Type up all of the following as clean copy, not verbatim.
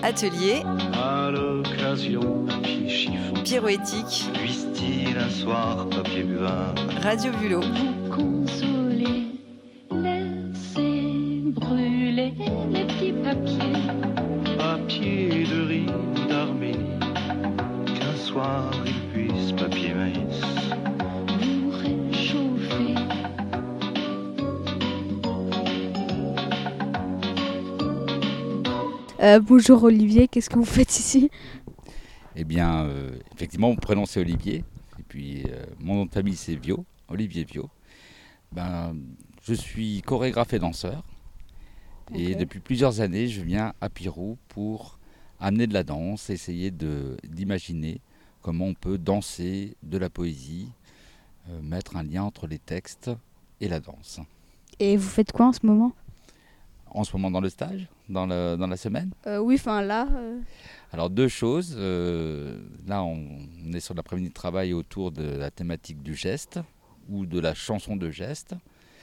Atelier. À l'occasion, papier chiffon. Pirouétique. Puisse-t-il un soir, papier buin. Radio Bulot. Vous consoler, laissez brûler les petits papiers. Papier de riz ou d'Arménie. Qu'un soir il puisse, papier maïs. Vous réchauffer. Bonjour Olivier, qu'est-ce que vous faites ici ? Eh bien, effectivement, mon prénom c'est Olivier, et puis mon nom de famille c'est Viau, Olivier Viau. Je suis chorégraphe et danseur, et depuis plusieurs années, je viens à Pirou pour amener de la danse, essayer d'imaginer comment on peut danser de la poésie, mettre un lien entre les textes et la danse. Et vous faites quoi en ce moment ? En ce moment dans le stage, dans la semaine. Oui, enfin là... Alors deux choses, là on est sur l'après-midi de travail autour de la thématique du geste ou de la chanson de geste.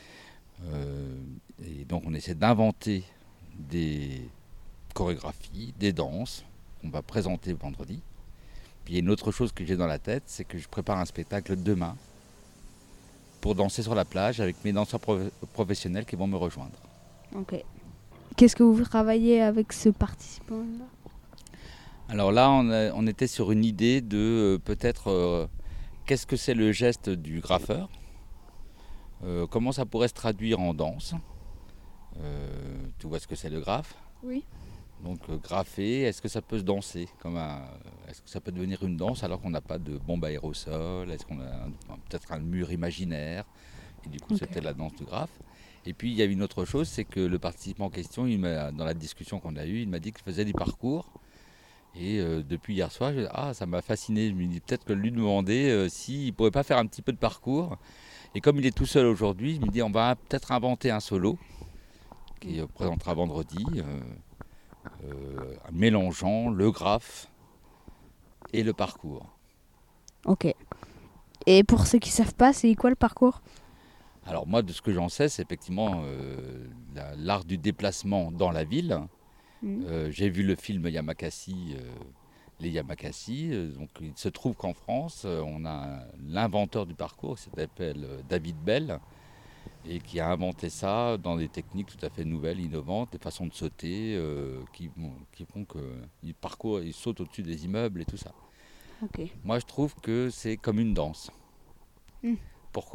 Et donc on essaie d'inventer des chorégraphies, des danses qu'on va présenter vendredi. Puis il y a une autre chose que j'ai dans la tête, c'est que je prépare un spectacle demain pour danser sur la plage avec mes danseurs professionnels qui vont me rejoindre. Ok. Qu'est-ce que vous travaillez avec ce participant-là ? Alors là, on était sur une idée de peut-être qu'est-ce que c'est le geste du graffeur, comment ça pourrait se traduire en danse. Tu vois ce que c'est le graphe ? Oui. Donc graffer, est-ce que ça peut se danser est-ce que ça peut devenir une danse alors qu'on n'a pas de bombe aérosol ? Est-ce qu'on a peut-être un mur imaginaire ? Et du coup, c'était la danse du graphe. Et puis il y a une autre chose, c'est que le participant en question, dans la discussion qu'on a eue, il m'a dit qu'il faisait du parcours. Et depuis hier soir, ça m'a fasciné. Je me dis peut-être que lui demandait s'il ne pourrait pas faire un petit peu de parcours. Et comme il est tout seul aujourd'hui, je me dis on va peut-être inventer un solo qui présentera vendredi, mélangeant le graphe et le parcours. Ok. Et pour ceux qui ne savent pas, c'est quoi le parcours ? Alors moi, de ce que j'en sais, c'est effectivement l'art du déplacement dans la ville. J'ai vu le film Yamakasi, les Yamakasi. Donc il se trouve qu'en France, on a l'inventeur du parcours qui s'appelle David Bell et qui a inventé ça dans des techniques tout à fait nouvelles, innovantes, des façons de sauter qui font qu'il saute au-dessus des immeubles et tout ça. Ok. Moi, je trouve que c'est comme une danse. Pourquoi ?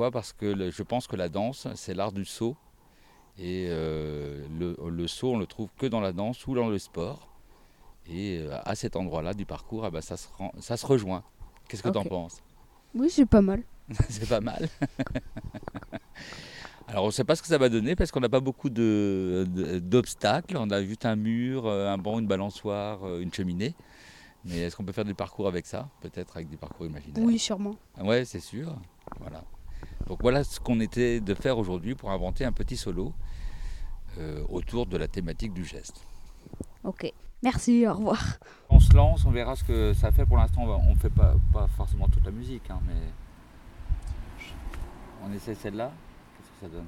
Parce que je pense que la danse, c'est l'art du saut. Et le saut, on le trouve que dans la danse ou dans le sport. Et à cet endroit-là du parcours, ça se rejoint. Qu'est-ce que tu en penses ? Oui, c'est pas mal. C'est pas mal. Alors, on ne sait pas ce que ça va donner parce qu'on n'a pas beaucoup d'obstacles. On a juste un mur, un banc, une balançoire, une cheminée. Mais est-ce qu'on peut faire du parcours avec ça ? Peut-être avec des parcours imaginaires. Oui, sûrement. Ouais, c'est sûr. Voilà. Donc voilà ce qu'on était de faire aujourd'hui pour inventer un petit solo autour de la thématique du geste. Ok. Merci, au revoir. On se lance, on verra ce que ça fait. Pour l'instant, on ne fait pas forcément toute la musique, mais on essaie celle-là. Qu'est-ce que ça donne ça ?